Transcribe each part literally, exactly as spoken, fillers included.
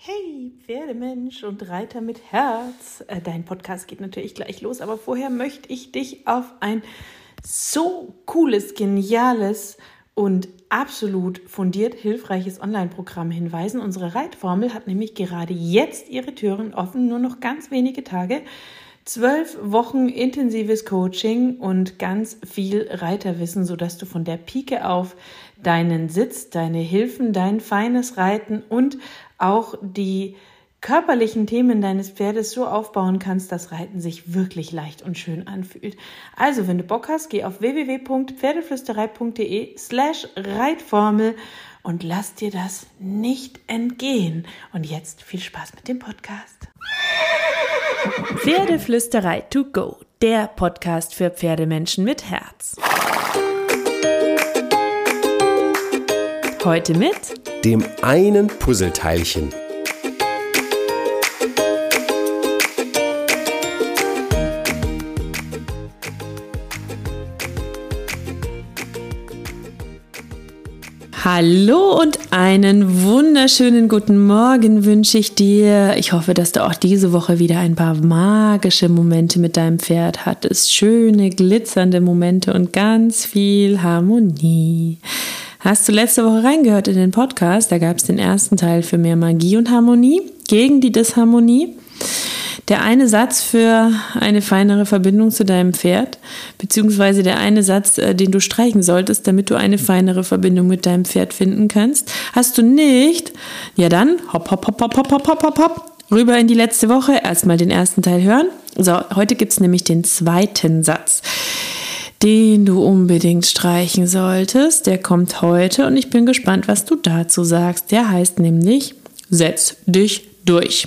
Hey, Pferdemensch und Reiter mit Herz. Äh, dein Podcast geht natürlich gleich los, aber vorher möchte ich dich auf ein so cooles, geniales und absolut fundiert hilfreiches Online-Programm hinweisen. Unsere Reitformel hat nämlich gerade jetzt ihre Türen offen, nur noch ganz wenige Tage. Zwölf Wochen intensives Coaching und ganz viel Reiterwissen, sodass du von der Pike auf deinen Sitz, deine Hilfen, dein feines Reiten und auch die körperlichen Themen deines Pferdes so aufbauen kannst, dass Reiten sich wirklich leicht und schön anfühlt. Also, wenn du Bock hast, geh auf w w w punkt pferdeflüsterei punkt d e slash Reitformel und lass dir das nicht entgehen. Und jetzt viel Spaß mit dem Podcast. Pferdeflüsterei to go, der Podcast für Pferdemenschen mit Herz. Heute mit dem einen Puzzleteilchen. Hallo und einen wunderschönen guten Morgen wünsche ich dir. Ich hoffe, dass du auch diese Woche wieder ein paar magische Momente mit deinem Pferd hattest. Schöne, glitzernde Momente und ganz viel Harmonie. Hast du letzte Woche reingehört in den Podcast? Da gab es den ersten Teil für mehr Magie und Harmonie gegen die Disharmonie. Der eine Satz für eine feinere Verbindung zu deinem Pferd, beziehungsweise der eine Satz, den du streichen solltest, damit du eine feinere Verbindung mit deinem Pferd finden kannst. Hast du nicht? Ja dann, hopp, hopp, hopp, hopp, hopp, hopp, hopp, hopp, rüber in die letzte Woche. Erstmal den ersten Teil hören. So, heute gibt es nämlich den zweiten Satz, den du unbedingt streichen solltest. Der kommt heute und ich bin gespannt, was du dazu sagst. Der heißt nämlich, setz dich durch.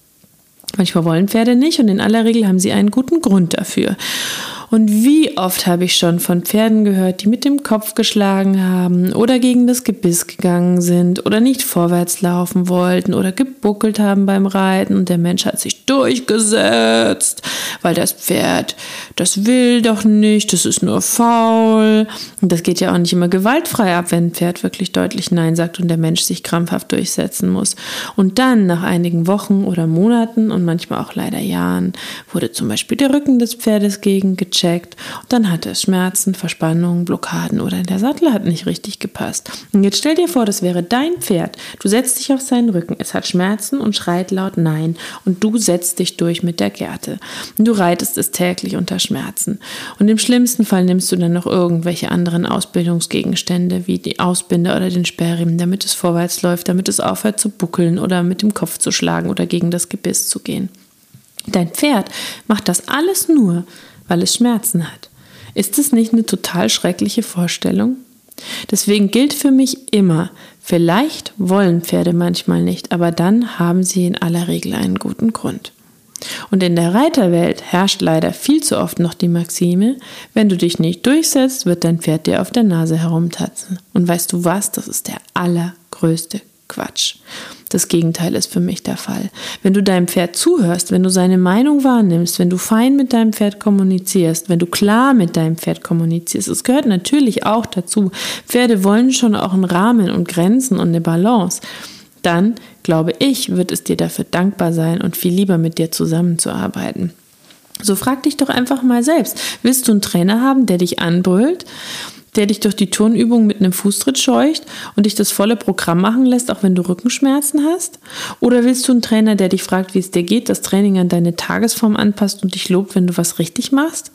Manchmal wollen Pferde nicht und in aller Regel haben sie einen guten Grund dafür. Und wie oft habe ich schon von Pferden gehört, die mit dem Kopf geschlagen haben oder gegen das Gebiss gegangen sind oder nicht vorwärts laufen wollten oder gebuckelt haben beim Reiten und der Mensch hat sich durchgesetzt, weil das Pferd, das will doch nicht, das ist nur faul. Und das geht ja auch nicht immer gewaltfrei ab, wenn ein Pferd wirklich deutlich Nein sagt und der Mensch sich krampfhaft durchsetzen muss. Und dann nach einigen Wochen oder Monaten und manchmal auch leider Jahren wurde zum Beispiel der Rücken des Pferdes gegengecheckt. Und dann hatte es Schmerzen, Verspannungen, Blockaden oder der Sattel hat nicht richtig gepasst. Und jetzt stell dir vor, das wäre dein Pferd. Du setzt dich auf seinen Rücken, es hat Schmerzen und schreit laut Nein und du setzt dich durch mit der Gerte. Und du reitest es täglich unter Schmerzen. Und im schlimmsten Fall nimmst du dann noch irgendwelche anderen Ausbildungsgegenstände wie die Ausbinder oder den Sperrriemen, damit es vorwärts läuft, damit es aufhört zu buckeln oder mit dem Kopf zu schlagen oder gegen das Gebiss zu gehen. Dein Pferd macht das alles nur, weil es Schmerzen hat. Ist es nicht eine total schreckliche Vorstellung? Deswegen gilt für mich immer, vielleicht wollen Pferde manchmal nicht, aber dann haben sie in aller Regel einen guten Grund. Und in der Reiterwelt herrscht leider viel zu oft noch die Maxime, wenn du dich nicht durchsetzt, wird dein Pferd dir auf der Nase herumtatzen. Und weißt du was? Das ist der allergrößte Quatsch. Das Gegenteil ist für mich der Fall. Wenn du deinem Pferd zuhörst, wenn du seine Meinung wahrnimmst, wenn du fein mit deinem Pferd kommunizierst, wenn du klar mit deinem Pferd kommunizierst, es gehört natürlich auch dazu. Pferde wollen schon auch einen Rahmen und Grenzen und eine Balance. Dann, glaube ich, wird es dir dafür dankbar sein und viel lieber mit dir zusammenzuarbeiten. So frag dich doch einfach mal selbst. Willst du einen Trainer haben, der dich anbrüllt, der dich durch die Turnübung mit einem Fußtritt scheucht und dich das volle Programm machen lässt, auch wenn du Rückenschmerzen hast? Oder willst du einen Trainer, der dich fragt, wie es dir geht, das Training an deine Tagesform anpasst und dich lobt, wenn du was richtig machst?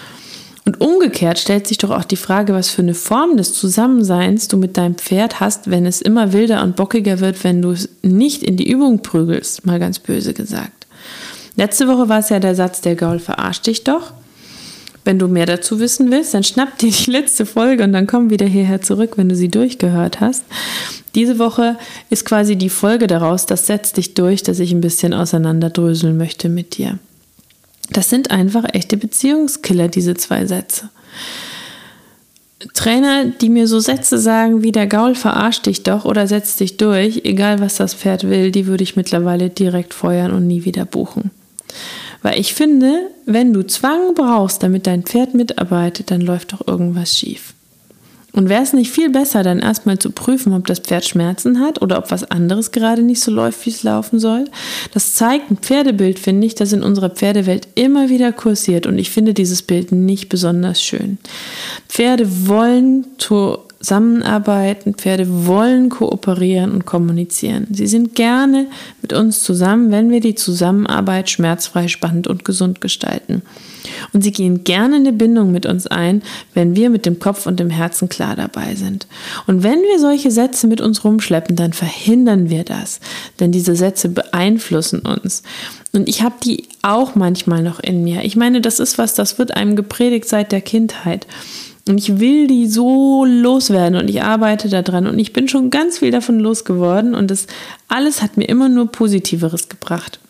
Und umgekehrt stellt sich doch auch die Frage, was für eine Form des Zusammenseins du mit deinem Pferd hast, wenn es immer wilder und bockiger wird, wenn du es nicht in die Übung prügelst, mal ganz böse gesagt. Letzte Woche war es ja der Satz, der Gaul verarscht dich doch. Wenn du mehr dazu wissen willst, dann schnapp dir die letzte Folge und dann komm wieder hierher zurück, wenn du sie durchgehört hast. Diese Woche ist quasi die Folge daraus, das setzt dich durch, dass ich ein bisschen auseinanderdröseln möchte mit dir. Das sind einfach echte Beziehungskiller, diese zwei Sätze. Trainer, die mir so Sätze sagen wie der Gaul verarscht dich doch oder setz dich durch, egal was das Pferd will, die würde ich mittlerweile direkt feuern und nie wieder buchen. Weil ich finde, wenn du Zwang brauchst, damit dein Pferd mitarbeitet, dann läuft doch irgendwas schief. Und wäre es nicht viel besser, dann erstmal zu prüfen, ob das Pferd Schmerzen hat oder ob was anderes gerade nicht so läuft, wie es laufen soll? Das zeigt ein Pferdebild, finde ich, das in unserer Pferdewelt immer wieder kursiert. Und ich finde dieses Bild nicht besonders schön. Pferde wollen zusammenarbeiten, Pferde wollen kooperieren und kommunizieren. Sie sind gerne mit uns zusammen, wenn wir die Zusammenarbeit schmerzfrei, spannend und gesund gestalten. Und sie gehen gerne eine Bindung mit uns ein, wenn wir mit dem Kopf und dem Herzen klar dabei sind. Und wenn wir solche Sätze mit uns rumschleppen, dann verhindern wir das. Denn diese Sätze beeinflussen uns. Und ich habe die auch manchmal noch in mir. Ich meine, das ist was, das wird einem gepredigt seit der Kindheit. Und ich will die so loswerden und ich arbeite daran und ich bin schon ganz viel davon losgeworden und das alles hat mir immer nur Positiveres gebracht.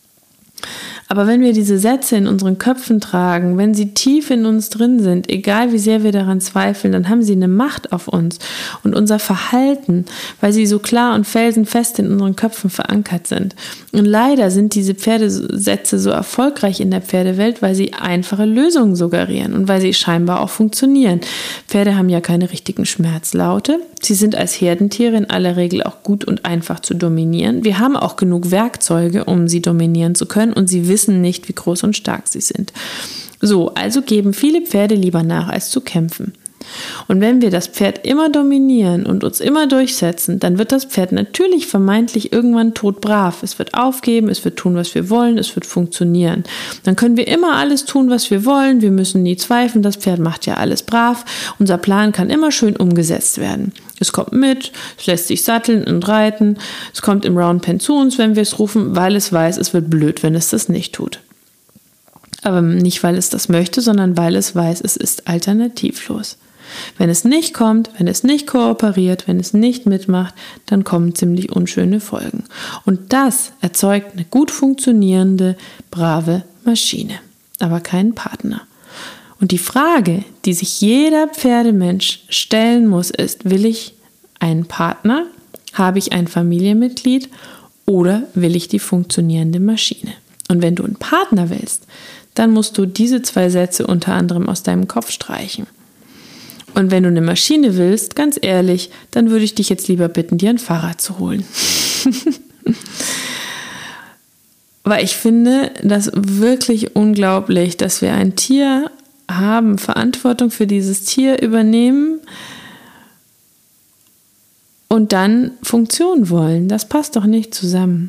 Aber wenn wir diese Sätze in unseren Köpfen tragen, wenn sie tief in uns drin sind, egal wie sehr wir daran zweifeln, dann haben sie eine Macht auf uns und unser Verhalten, weil sie so klar und felsenfest in unseren Köpfen verankert sind. Und leider sind diese Pferdesätze so erfolgreich in der Pferdewelt, weil sie einfache Lösungen suggerieren und weil sie scheinbar auch funktionieren. Pferde haben ja keine richtigen Schmerzlaute. Sie sind als Herdentiere in aller Regel auch gut und einfach zu dominieren. Wir haben auch genug Werkzeuge, um sie dominieren zu können und sie wissen nicht, wie groß und stark sie sind. So, also geben viele Pferde lieber nach, als zu kämpfen. Und wenn wir das Pferd immer dominieren und uns immer durchsetzen, dann wird das Pferd natürlich vermeintlich irgendwann todbrav. Es wird aufgeben, es wird tun, was wir wollen, es wird funktionieren. Dann können wir immer alles tun, was wir wollen. Wir müssen nie zweifeln, das Pferd macht ja alles brav. Unser Plan kann immer schön umgesetzt werden. Es kommt mit, es lässt sich satteln und reiten. Es kommt im Round Pen zu uns, wenn wir es rufen, weil es weiß, es wird blöd, wenn es das nicht tut. Aber nicht, weil es das möchte, sondern weil es weiß, es ist alternativlos. Wenn es nicht kommt, wenn es nicht kooperiert, wenn es nicht mitmacht, dann kommen ziemlich unschöne Folgen. Und das erzeugt eine gut funktionierende, brave Maschine, aber keinen Partner. Und die Frage, die sich jeder Pferdemensch stellen muss, ist, will ich einen Partner, habe ich ein Familienmitglied oder will ich die funktionierende Maschine? Und wenn du einen Partner willst, dann musst du diese zwei Sätze unter anderem aus deinem Kopf streichen. Und wenn du eine Maschine willst, ganz ehrlich, dann würde ich dich jetzt lieber bitten, dir ein Fahrrad zu holen. Weil ich finde das wirklich unglaublich, dass wir ein Tier haben, Verantwortung für dieses Tier übernehmen und dann Funktion wollen. Das passt doch nicht zusammen.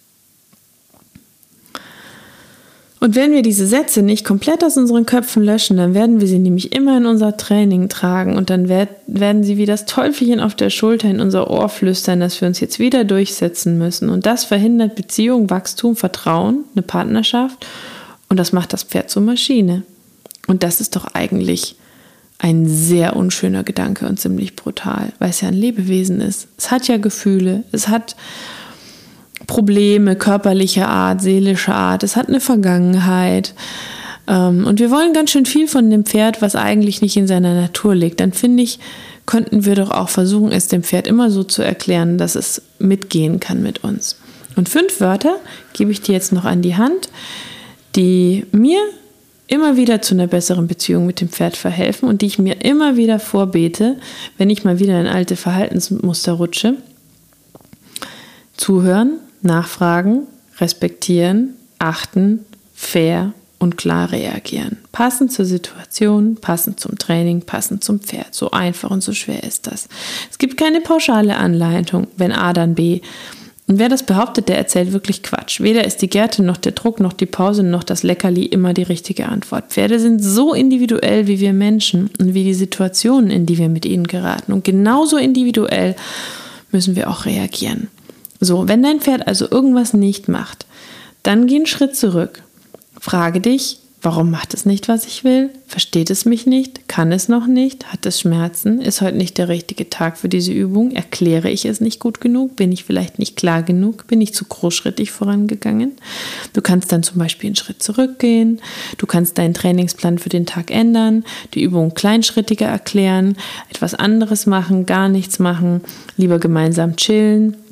Und wenn wir diese Sätze nicht komplett aus unseren Köpfen löschen, dann werden wir sie nämlich immer in unser Training tragen und dann werden sie wie das Teufelchen auf der Schulter in unser Ohr flüstern, dass wir uns jetzt wieder durchsetzen müssen. Und das verhindert Beziehung, Wachstum, Vertrauen, eine Partnerschaft und das macht das Pferd zur Maschine. Und das ist doch eigentlich ein sehr unschöner Gedanke und ziemlich brutal, weil es ja ein Lebewesen ist. Es hat ja Gefühle, es hat Probleme körperlicher Art, seelischer Art, es hat eine Vergangenheit und wir wollen ganz schön viel von dem Pferd, was eigentlich nicht in seiner Natur liegt. Dann finde ich, könnten wir doch auch versuchen, es dem Pferd immer so zu erklären, dass es mitgehen kann mit uns. Und fünf Wörter gebe ich dir jetzt noch an die Hand, die mir immer wieder zu einer besseren Beziehung mit dem Pferd verhelfen und die ich mir immer wieder vorbete, wenn ich mal wieder in alte Verhaltensmuster rutsche. Zuhören, nachfragen, respektieren, achten, fair und klar reagieren. Passend zur Situation, passend zum Training, passend zum Pferd. So einfach und so schwer ist das. Es gibt keine pauschale Anleitung, wenn A, dann B. Und wer das behauptet, der erzählt wirklich Quatsch. Weder ist die Gerte noch der Druck noch die Pause noch das Leckerli immer die richtige Antwort. Pferde sind so individuell wie wir Menschen und wie die Situationen, in die wir mit ihnen geraten. Und genauso individuell müssen wir auch reagieren. So, wenn dein Pferd also irgendwas nicht macht, dann geh einen Schritt zurück. Frage dich, warum macht es nicht, was ich will? Versteht es mich nicht? Kann es noch nicht? Hat es Schmerzen? Ist heute nicht der richtige Tag für diese Übung? Erkläre ich es nicht gut genug? Bin ich vielleicht nicht klar genug? Bin ich zu großschrittig vorangegangen? Du kannst dann zum Beispiel einen Schritt zurückgehen. Du kannst deinen Trainingsplan für den Tag ändern, die Übung kleinschrittiger erklären, etwas anderes machen, gar nichts machen, lieber gemeinsam chillen.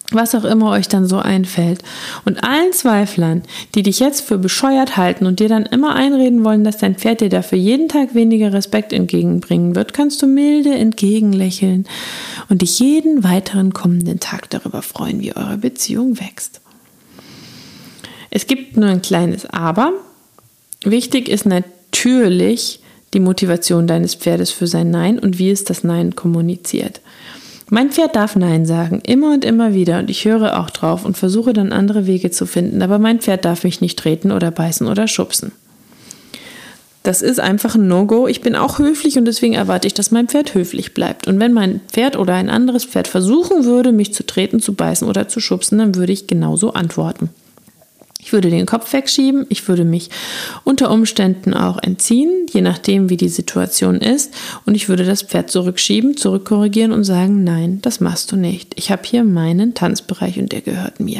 was auch immer euch dann so einfällt. Und allen Zweiflern, die dich jetzt für bescheuert halten und dir dann immer einreden wollen, dass dein Pferd dir dafür jeden Tag weniger Respekt entgegenbringen wird, kannst du milde entgegenlächeln und dich jeden weiteren kommenden Tag darüber freuen, wie eure Beziehung wächst. Es gibt nur ein kleines Aber. Wichtig ist natürlich die Motivation deines Pferdes für sein Nein und wie es das Nein kommuniziert. Mein Pferd darf Nein sagen, immer und immer wieder, und ich höre auch drauf und versuche dann andere Wege zu finden, aber mein Pferd darf mich nicht treten oder beißen oder schubsen. Das ist einfach ein No-Go. Ich bin auch höflich und deswegen erwarte ich, dass mein Pferd höflich bleibt. Und wenn mein Pferd oder ein anderes Pferd versuchen würde, mich zu treten, zu beißen oder zu schubsen, dann würde ich genauso antworten. Ich würde den Kopf wegschieben, ich würde mich unter Umständen auch entziehen, je nachdem, wie die Situation ist. Und ich würde das Pferd zurückschieben, zurückkorrigieren und sagen, nein, das machst du nicht. Ich habe hier meinen Tanzbereich und der gehört mir.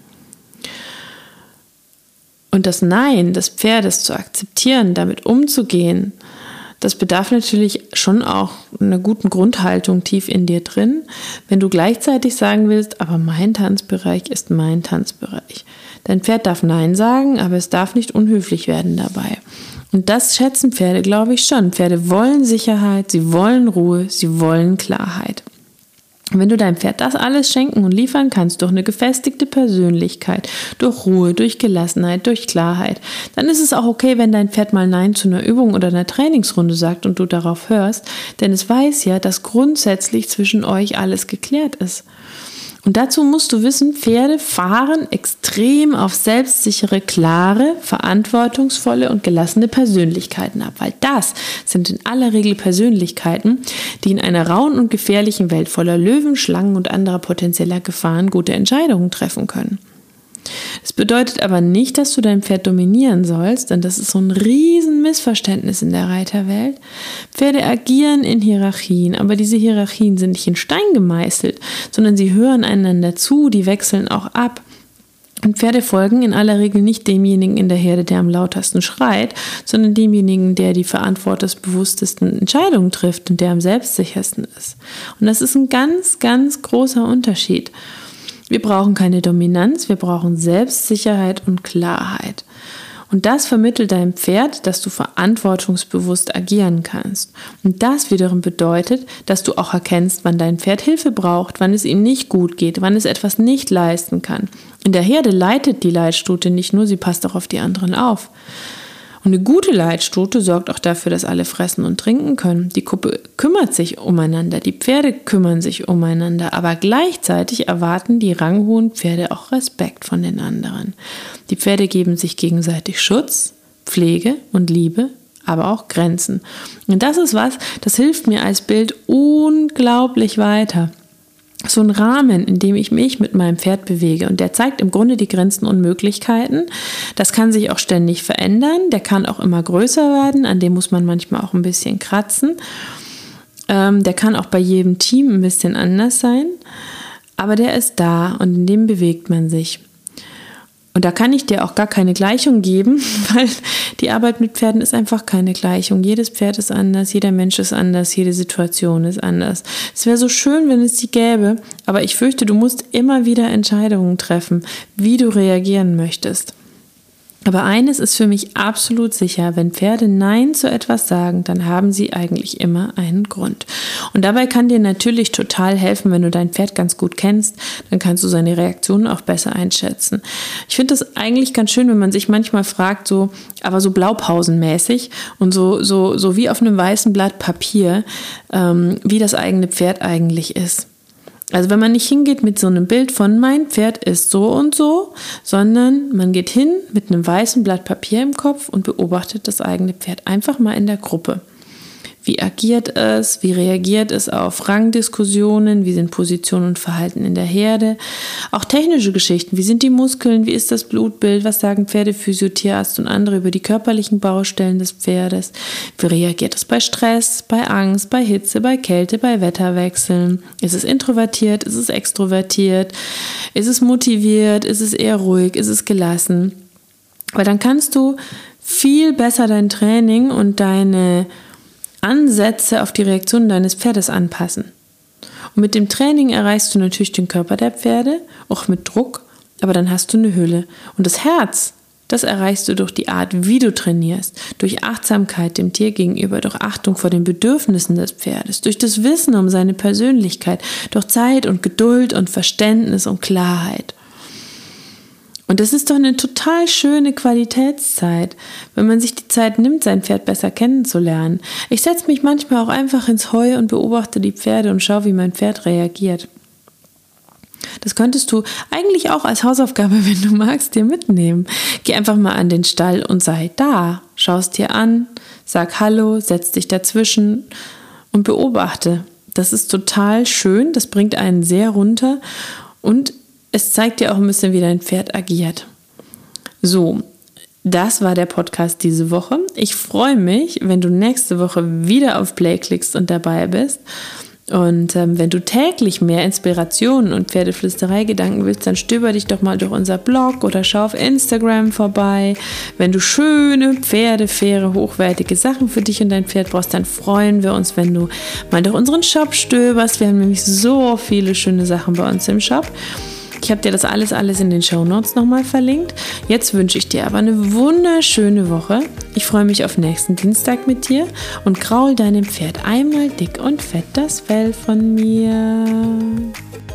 Und das Nein des Pferdes zu akzeptieren, damit umzugehen, das bedarf natürlich schon auch einer guten Grundhaltung tief in dir drin, wenn du gleichzeitig sagen willst, aber mein Tanzbereich ist mein Tanzbereich. Dein Pferd darf Nein sagen, aber es darf nicht unhöflich werden dabei. Und das schätzen Pferde, glaube ich, schon. Pferde wollen Sicherheit, sie wollen Ruhe, sie wollen Klarheit. Und wenn du deinem Pferd das alles schenken und liefern kannst, durch eine gefestigte Persönlichkeit, durch Ruhe, durch Gelassenheit, durch Klarheit, dann ist es auch okay, wenn dein Pferd mal Nein zu einer Übung oder einer Trainingsrunde sagt und du darauf hörst, denn es weiß ja, dass grundsätzlich zwischen euch alles geklärt ist. Und dazu musst du wissen, Pferde fahren extrem auf selbstsichere, klare, verantwortungsvolle und gelassene Persönlichkeiten ab, weil das sind in aller Regel Persönlichkeiten, die in einer rauen und gefährlichen Welt voller Löwen, Schlangen und anderer potenzieller Gefahren gute Entscheidungen treffen können. Das bedeutet aber nicht, dass du dein Pferd dominieren sollst, denn das ist so ein riesen Missverständnis in der Reiterwelt. Pferde agieren in Hierarchien, aber diese Hierarchien sind nicht in Stein gemeißelt, sondern sie hören einander zu, die wechseln auch ab. Und Pferde folgen in aller Regel nicht demjenigen in der Herde, der am lautesten schreit, sondern demjenigen, der die verantwortungsbewusstesten Entscheidungen trifft und der am selbstsichersten ist. Und das ist ein ganz, ganz großer Unterschied. Wir brauchen keine Dominanz, wir brauchen Selbstsicherheit und Klarheit. Und das vermittelt deinem Pferd, dass du verantwortungsbewusst agieren kannst. Und das wiederum bedeutet, dass du auch erkennst, wann dein Pferd Hilfe braucht, wann es ihm nicht gut geht, wann es etwas nicht leisten kann. In der Herde leitet die Leitstute nicht nur, sie passt auch auf die anderen auf. Und eine gute Leitstute sorgt auch dafür, dass alle fressen und trinken können. Die Gruppe kümmert sich umeinander, die Pferde kümmern sich umeinander, aber gleichzeitig erwarten die ranghohen Pferde auch Respekt von den anderen. Die Pferde geben sich gegenseitig Schutz, Pflege und Liebe, aber auch Grenzen. Und das ist was, das hilft mir als Bild unglaublich weiter. So ein Rahmen, in dem ich mich mit meinem Pferd bewege, und der zeigt im Grunde die Grenzen und Möglichkeiten. Das kann sich auch ständig verändern, der kann auch immer größer werden, an dem muss man manchmal auch ein bisschen kratzen. Ähm, der kann auch bei jedem Team ein bisschen anders sein, aber der ist da und in dem bewegt man sich. Und da kann ich dir auch gar keine Gleichung geben, weil die Arbeit mit Pferden ist einfach keine Gleichung. Jedes Pferd ist anders, jeder Mensch ist anders, jede Situation ist anders. Es wäre so schön, wenn es die gäbe, aber ich fürchte, du musst immer wieder Entscheidungen treffen, wie du reagieren möchtest. Aber eines ist für mich absolut sicher, wenn Pferde Nein zu etwas sagen, dann haben sie eigentlich immer einen Grund. Und dabei kann dir natürlich total helfen, wenn du dein Pferd ganz gut kennst, dann kannst du seine Reaktionen auch besser einschätzen. Ich finde das eigentlich ganz schön, wenn man sich manchmal fragt, so, aber so blaupausenmäßig und so, so, so wie auf einem weißen Blatt Papier, ähm, wie das eigene Pferd eigentlich ist. Also wenn man nicht hingeht mit so einem Bild von mein Pferd ist so und so, sondern man geht hin mit einem weißen Blatt Papier im Kopf und beobachtet das eigene Pferd einfach mal in der Gruppe. Wie agiert es? Wie reagiert es auf Rangdiskussionen? Wie sind Position und Verhalten in der Herde? Auch technische Geschichten. Wie sind die Muskeln? Wie ist das Blutbild? Was sagen Pferdephysio, Tierarzt und andere über die körperlichen Baustellen des Pferdes? Wie reagiert es bei Stress, bei Angst, bei Hitze, bei Kälte, bei Wetterwechseln? Ist es introvertiert? Ist es extrovertiert? Ist es motiviert? Ist es eher ruhig? Ist es gelassen? Weil dann kannst du viel besser dein Training und deine Ansätze auf die Reaktion deines Pferdes anpassen. Und mit dem Training erreichst du natürlich den Körper der Pferde, auch mit Druck, aber dann hast du eine Hülle. Und das Herz, das erreichst du durch die Art, wie du trainierst, durch Achtsamkeit dem Tier gegenüber, durch Achtung vor den Bedürfnissen des Pferdes, durch das Wissen um seine Persönlichkeit, durch Zeit und Geduld und Verständnis und Klarheit. Und das ist doch eine total schöne Qualitätszeit, wenn man sich die Zeit nimmt, sein Pferd besser kennenzulernen. Ich setze mich manchmal auch einfach ins Heu und beobachte die Pferde und schaue, wie mein Pferd reagiert. Das könntest du eigentlich auch als Hausaufgabe, wenn du magst, dir mitnehmen. Geh einfach mal an den Stall und sei da. Schau es dir an, sag Hallo, setz dich dazwischen und beobachte. Das ist total schön, das bringt einen sehr runter und es zeigt dir auch ein bisschen, wie dein Pferd agiert. So, das war der Podcast diese Woche. Ich freue mich, wenn du nächste Woche wieder auf Play klickst und dabei bist. Und ähm, wenn du täglich mehr Inspirationen und Pferdeflüsterei-Gedanken willst, dann stöber dich doch mal durch unser Blog oder schau auf Instagram vorbei. Wenn du schöne, pferdefaire, hochwertige Sachen für dich und dein Pferd brauchst, dann freuen wir uns, wenn du mal durch unseren Shop stöberst. Wir haben nämlich so viele schöne Sachen bei uns im Shop. Ich habe dir das alles, alles in den Shownotes nochmal verlinkt. Jetzt wünsche ich dir aber eine wunderschöne Woche. Ich freue mich auf nächsten Dienstag mit dir und kraul deinem Pferd einmal dick und fett das Fell von mir.